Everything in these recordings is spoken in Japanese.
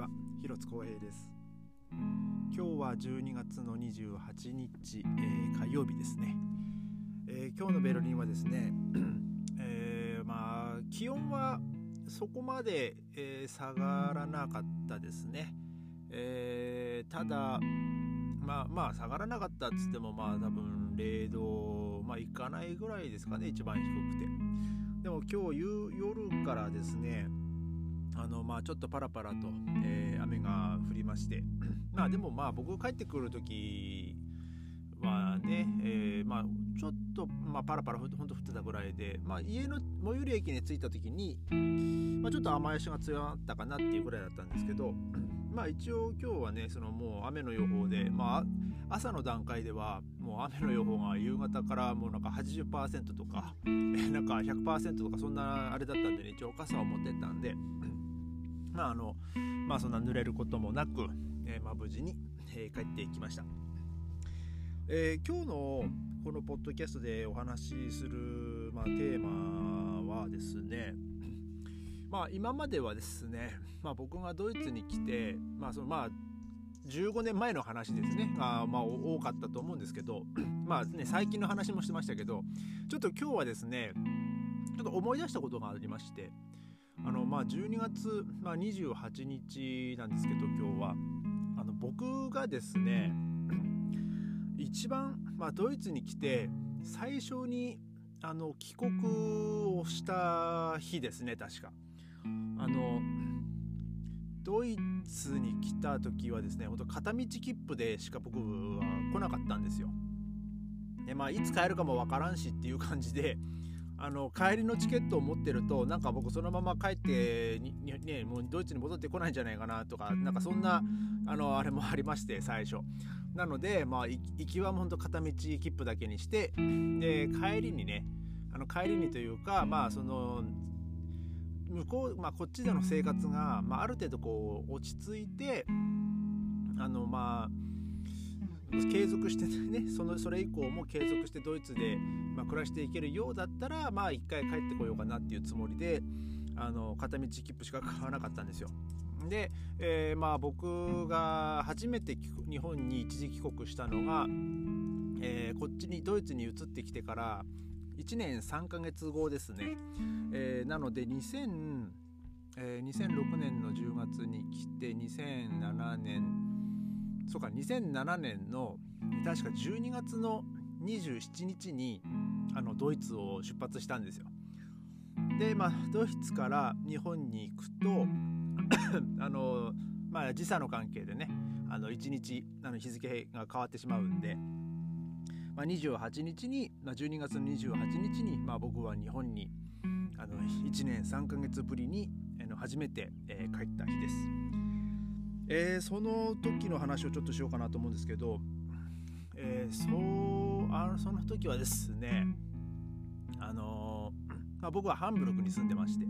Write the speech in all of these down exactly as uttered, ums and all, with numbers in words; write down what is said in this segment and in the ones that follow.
は、広津光平です。今日はじゅうにがつのにじゅうはちにち、えー、火曜日ですね。えー、今日のベルリンはですね、えー、まあ気温はそこまで、えー、下がらなかったですね。えー、ただまあまあ下がらなかったっつってもまあ多分れいど、まあいかないぐらいですかね、一番低くて。でも今日夜からですね、あのまあちょっとパラパラと、えー、雨が降りましてまあでもまあ僕帰ってくる時はね、えー、まあちょっと、まあ、パラパラほんと降ってたぐらいで、まあ、家の最寄り駅に着いた時に、まあ、ちょっと雨足が強まったかなっていうぐらいだったんですけど、まあ一応今日はね、そのもう雨の予報で、まあ朝の段階ではもう雨の予報が夕方からもうなんか はちじゅっパーセント とかなんか ひゃくパーセント とかそんなあれだったんでね、一応傘を持ってったんで、まああのまあそんな濡れることもなく、えー、まあ無事に、えー、帰ってきました。えー、今日のこのポッドキャストでお話しする、まあ、テーマはですね、まあ今まではですね、まあ、僕がドイツに来て、まあそのまあじゅうごねんまえの話ですねが、まあ、多かったと思うんですけど、まあね、最近の話もしてましたけど、ちょっと今日はですね、ちょっと思い出したことがありまして、あのまあじゅうにがつ、まあ、にじゅうはちにちなんですけど、今日はあの僕がですね一番、まあ、ドイツに来て最初にあの帰国をした日ですね。確かあのドイツに来た時はですね、本当片道切符でしか僕は来なかったんですよ。で、まあ、いつ帰るかもわからんしっていう感じで、あの帰りのチケットを持ってると、なんか僕そのまま帰ってに、ね、もうドイツに戻ってこないんじゃないかなとか、なんかそんなあのあれもありまして、最初なので、まあ、行きは本当片道切符だけにして、で帰りにね、あの帰りにというか、まあその向こう、まあ、こっちでの生活が、まあ、ある程度こう落ち着いて、あのまあ継続してね、そのそれ以降も継続してドイツで、まあ、暮らしていけるようだったら、まあ一回帰ってこようかなっていうつもりで、あの片道切符しか買わなかったんですよ。で、えー、まあ僕が初めて日本に一時帰国したのが、えー、こっちにドイツに移ってきてからいちねんさんかげつごですね。えー、なのでにせん、えー、にせんろくねんのじゅうがつに来て、にせんななねん、そうかにせんななねんの確かじゅうにがつのにじゅうしちにちにあのドイツを出発したんですよ。で、まあドイツから日本に行くとあのまあ時差の関係でね、あのいちにちあの日付が変わってしまうんで、まあ、にじゅうはちにちに、まあ、じゅうにがつのにじゅうはちにちに、まあ、僕は日本にあのいちねんさんかげつぶりにあの初めて、えー、帰った日です。えー、その時の話をちょっとしようかなと思うんですけど、えー、そうあのその時はですね、あのーまあ、僕はハンブルクに住んでまして、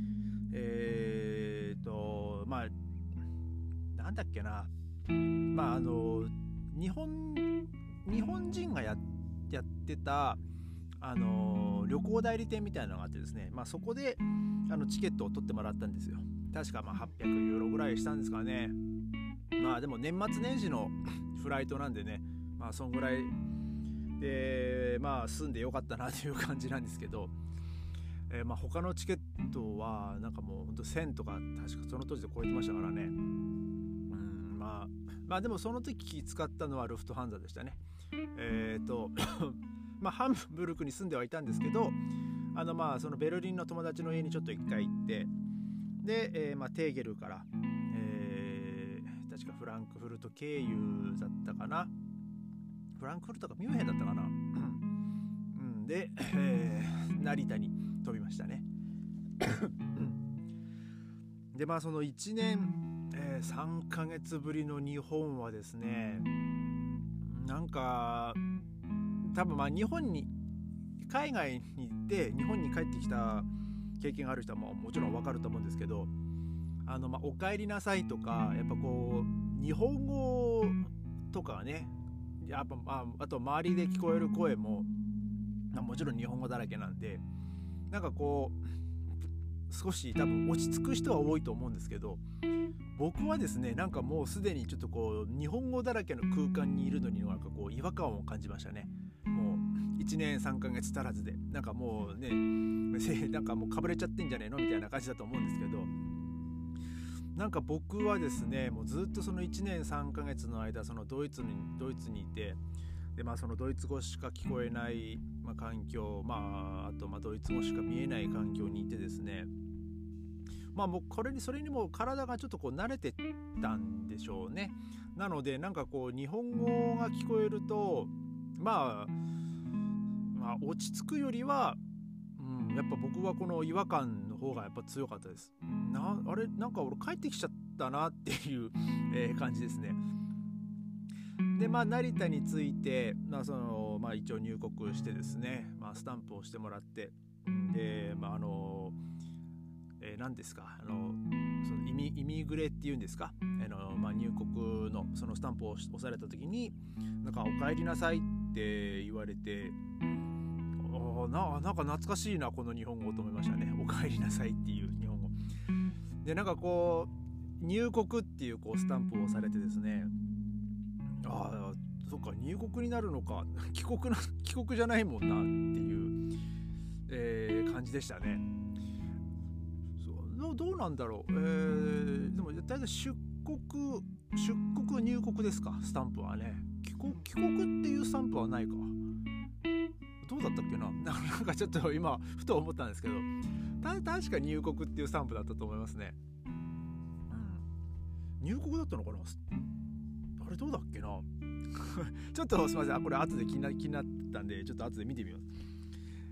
えーとまあなんだっけな、まああの日本日本人が や, やってたあの旅行代理店みたいなのがあってですね、まあ、そこであのチケットを取ってもらったんですよ。確かまあはっぴゃくユーロぐらいしたんですかね。まあでも年末年始のフライトなんでね、まあそんぐらいでまあ住んでよかったなという感じなんですけど、えー、まあ他のチケットはなんかもうほんとせんとか確かその当時で超えてましたからね。うんまあまあでもその時使ったのはルフトハンザでしたね。えーとまあハンブルクに住んではいたんですけど、あのまあそのベルリンの友達の家にちょっと一回行って、で、えーまあ、テーゲルから、えー、確かフランクフルト経由だったかな、フランクフルトかミュンヘンだったかな、うん、で、えー、成田に飛びましたねでまあそのいちねん、えー、さんかげつぶりの日本はですね、なんか多分まあ日本に海外に行って日本に帰ってきた経験がある人はももちろん分かると思うんですけど、あのまあお帰りなさいとか、やっぱこう日本語とかね、やっぱ、まあ、あと周りで聞こえる声も、まあ、もちろん日本語だらけなんで、なんかこう少し多分落ち着く人は多いと思うんですけど、 僕はですねなんかもうすでにちょっとこう日本語だらけの空間にいるのになんかこう違和感を感じましたね。もういちねんさんかげつ足らずでなんかもうねなんかもうかぶれちゃってんじゃねえのみたいな感じだと思うんですけど、なんか僕はですねもうずっとそのいちねんさんかげつの間そのドイツにドイツにいて、でまあそのドイツ語しか聞こえない、まあ、環境、まああとまあドイツ語しか見えない環境にいてですね、まあもうこれにそれにも体がちょっとこう慣れてたんでしょうね。なのでなんかこう日本語が聞こえるとまあまあ落ち着くよりは、うん、やっぱ僕はこの違和感の方がやっぱ強かったです。なあれなんか俺帰ってきちゃったなっていう、えー、感じですね。でまあ成田に着いて、まあそのまあ、一応入国してですね、まあ、スタンプをしてもらって、でまああの、えー、何ですかあのそのイミ、イミグレっていうんですか、あの、まあ、入国のそのスタンプを押された時になんかお帰りなさいって言われて、な, なんか懐かしいなこの日本語と思いましたね。お帰りなさいっていう日本語で、なんかこう入国っていうこうスタンプを押されてですね、ああそっか入国になるのか帰国な帰国じゃないもんなっていう、えー、感じでしたね。そうどうなんだろう、えー、でも大体出国出国入国ですか、スタンプはね。帰国帰国っていうスタンプはないか。どうだったっけな、なんかちょっと今ふと思ったんですけど、た確か入国っていうスタンプだったと思いますね。うん、入国だったのかな、あれどうだっけなちょっとすいません、これ後で気にな、気になったんでちょっと後で見てみます。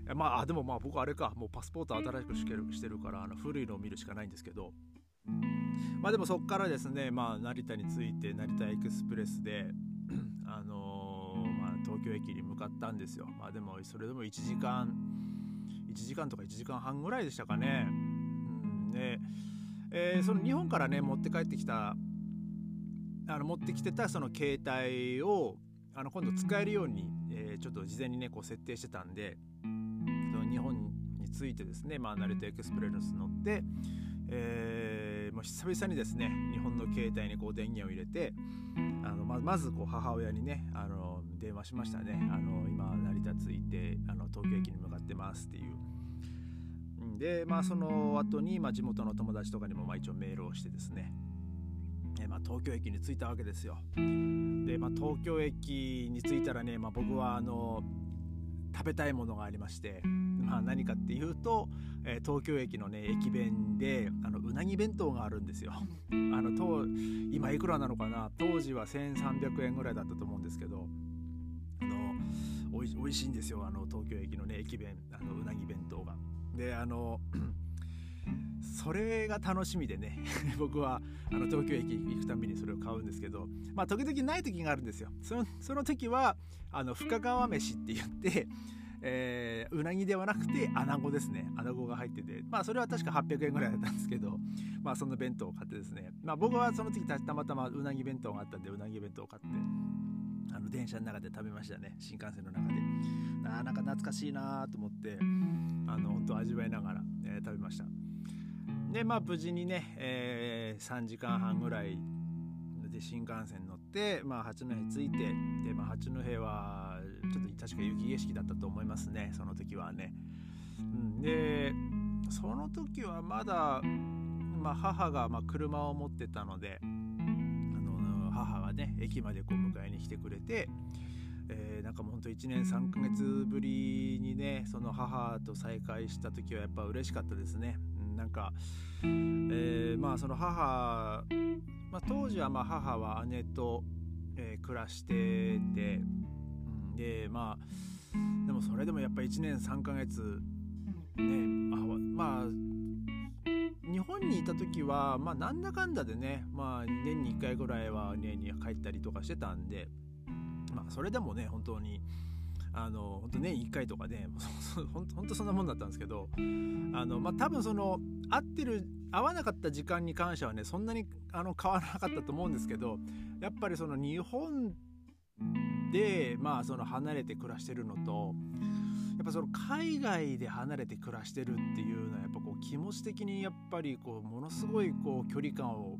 まあでもまあ僕あれか、もうパスポート新しくしてる、してるからあの古いのを見るしかないんですけど、まあでもそっからですね、まあ成田に着いて成田エクスプレスであのー、まあ東京駅に向かったんですよ。まあでもそれでもいちじかんいちじかんとかいちじかんはんぐらいでしたかね。うんで、えー、その日本からね持って帰ってきたあの持ってきてたその携帯をあの今度使えるように、えー、ちょっと事前にねこう設定してたんで、その日本についてですね、まあ、成田エクスプレス乗って、えー、もう久々にですね日本の携帯にこう電源を入れて、あの ま, まずこう母親にねあの電話しましたね。あの今成田着いてあの東京駅に向かってますっていう。でまあその後に、まあ、地元の友達とかにもまあ一応メールをしてですね、えまあ、東京駅に着いたわけですよ。で、まあ、東京駅に着いたらね、まあ、僕はあの食べたいものがありまして、まあ、何かっていうと、えー、東京駅のね駅弁であのうなぎ弁当があるんですよ。あのと今いくらなのかな、当時はせんさんびゃくえんぐらいだったと思うんですけど、あのおい、おいしいんですよ、あの東京駅のね駅弁、あのうなぎ弁当が。であのそれが楽しみでね僕はあの東京駅行くたびにそれを買うんですけど、まあ時々ない時があるんですよ。その、その時はあの深川飯って言って、えー、うなぎではなくて穴子ですね。穴子が入ってて、まあそれは確かはっぴゃくえんぐらいだったんですけど、まあその弁当を買ってですね、まあ僕はその時たまたまうなぎ弁当があったんでうなぎ弁当を買ってあの電車の中で食べましたね。新幹線の中であなんか懐かしいなと思ってあの本当味わいながら、えー、食べました。でまあ無事にね、えー、さんじかんはんぐらいで新幹線に乗って、まあ、八戸着いて、で、まあ、八戸はちょっと確か雪景色だったと思いますね、その時はね。うん、でその時はまだ、まあ、母がまあ車を持ってたので、あの母がね駅までこう迎えに来てくれて、えー、なんかもうほんといちねんさんかげつぶりにねその母と再会した時はやっぱ嬉しかったですね。なんか、えー、まあその母、まあ、当時はまあ母は姉と、えー、暮らしてて、うん、でまあでもそれでもやっぱいちねんさんかげつね、あまあ日本にいた時はまあなんだかんだでね、まあ年にいっかいぐらいは家に帰ったりとかしてたんで、まあそれでもね本当にあの本当年いっかいとかね本当そんなもんだったんですけど、あのまあ多分その会ってる会わなかった時間に関してはねそんなにあの変わらなかったと思うんですけど、やっぱりその日本でまあその離れて暮らしてるのと、やっぱその海外で離れて暮らしてるっていうのはやっぱこう気持ち的にやっぱりこうものすごいこう距離感を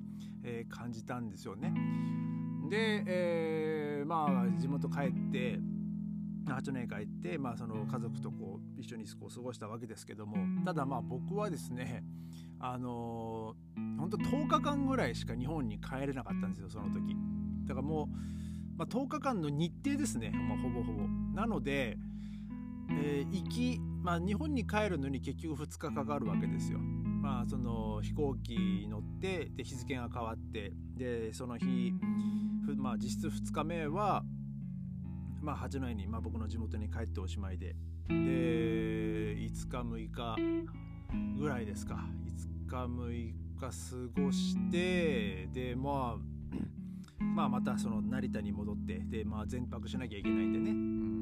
えー、感じたんですよね。で、えー、まあ地元帰って八戸帰って、まあ、その家族とこう一緒にこう過ごしたわけですけども、ただまあ僕はですね、あのー、本当とおかかんぐらいしか日本に帰れなかったんですよ、その時。だからもう、まあ、とおかかんの日程ですね、まあ、ほぼほぼなので、えー、行き、まあ、日本に帰るのに結局ふつかかかるわけですよ。まあ、その飛行機に乗ってで日付が変わってでその日、まあ、実質ふつかめはまあ、八戸に、まあ、僕の地元に帰っておしまいで、でいつかむいかぐらいですか、いつかむいか過ごして、で、まあ、まあまたその成田に戻ってで、まあ、全泊しなきゃいけないんでね、うん、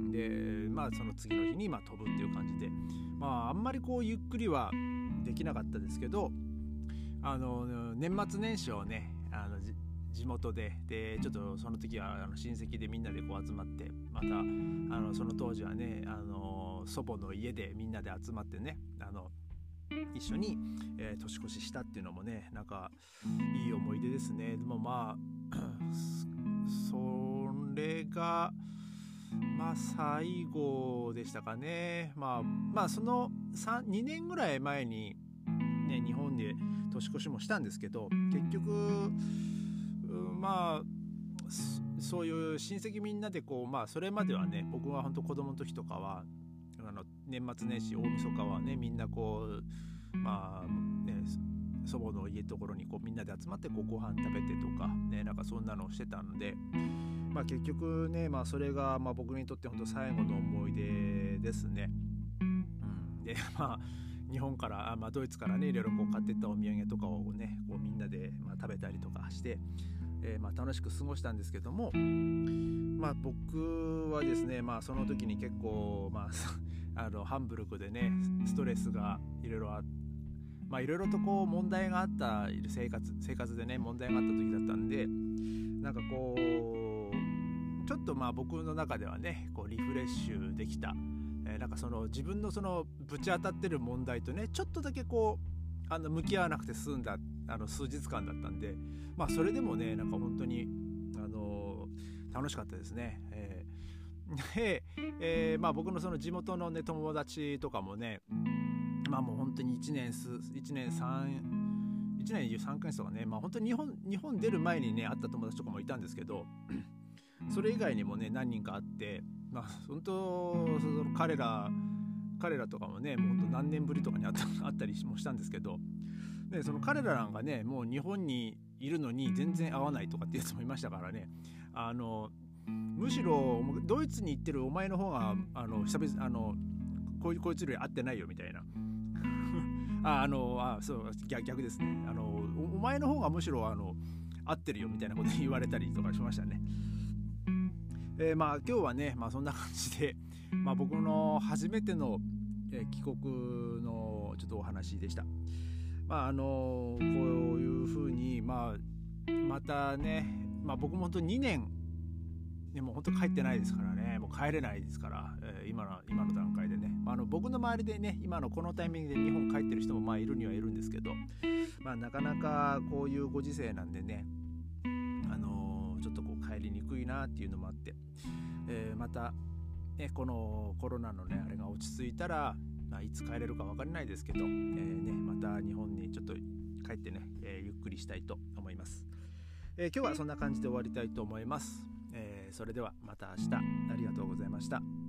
で、まあ、その次の日にまあ飛ぶっていう感じで、まあ、あんまりこうゆっくりはできなかったですけど、あの年末年始をね、あの地元ででちょっとその時はあの親戚でみんなでこう集まって、またあのその当時はね、あの祖母の家でみんなで集まってね、あの一緒に、えー、年越ししたっていうのもね、なんかいい思い出ですね。でもまあそれがまあ最後でしたかね。まあまあそのにねんぐらい前にね、日本で年越しもしたんですけど、結局まあそういう親戚みんなでこう、まあそれまではね、僕は本当子供の時とかはあの年末年始大晦日はね、みんなこうまあね、祖母の家のところにこうみんなで集まってこうご飯食べてとかね、なんかそんなのをしてたので、まあ結局ね、まあそれがまあ僕にとって本当最後の思い出ですね。うん、でまあ日本から、まあ、ドイツからねいろいろこう買ってったお土産とかをねこうみんなでまあ食べたりとかして、えー、まあ楽しく過ごしたんですけども、まあ僕はですね、まあその時に結構まああのハンブルクでねストレスがいろいろあって、まあいろいろとこう問題があった生活生活でね問題があった時だったんで、なんかこうちょっとまあ僕の中ではねこうリフレッシュできた、えー、なんかその自分のそのぶち当たってる問題とねちょっとだけこうあの向き合わなくて済んだあの数日間だったんで、まあそれでもねなんか本当にあのー、楽しかったですね。えーでえー、まあ僕のその地元のね友達とかもね、まあもう本当にいちねんすいちねんさんいちねんさんかげつとかね、まあ本当に日本日本出る前にね会った友達とかもいたんですけど、それ以外にもね何人かあって、まあ本当その彼ら彼らとかもねもう本当何年ぶりとかに会った、会ったりもしたんですけど、でその彼らなんかねもう日本にいるのに全然会わないとかってやつもいましたからね、あのむしろドイツに行ってるお前の方があの久々あのこい、こいつより会ってないよみたいなああのあそう逆、逆ですね、あの お, お前の方がむしろあの会ってるよみたいなこと言われたりとかしましたね。えー、まあ今日はね、まあ、そんな感じで、まあ、僕の初めての、えー、帰国のちょっとお話でした。まああのこういうふうに、まあ、またね、まあ、僕も本当ににねんでも本当帰ってないですからね、もう帰れないですから、えー、今の今の段階でね、まあ、あの僕の周りでね今のこのタイミングで日本帰ってる人もまあいるにはいるんですけど、まあ、なかなかこういうご時世なんでね、あのー、ちょっとこう帰りにくいなっていうのもあって、えー、また、ね、このコロナのねあれが落ち着いたら、まあ、いつ帰れるか分からないですけど、えーね、また日本にちょっと帰ってね、えー、ゆっくりしたいと思います。えー、今日はそんな感じで終わりたいと思います。えー、それではまた明日、ありがとうございました。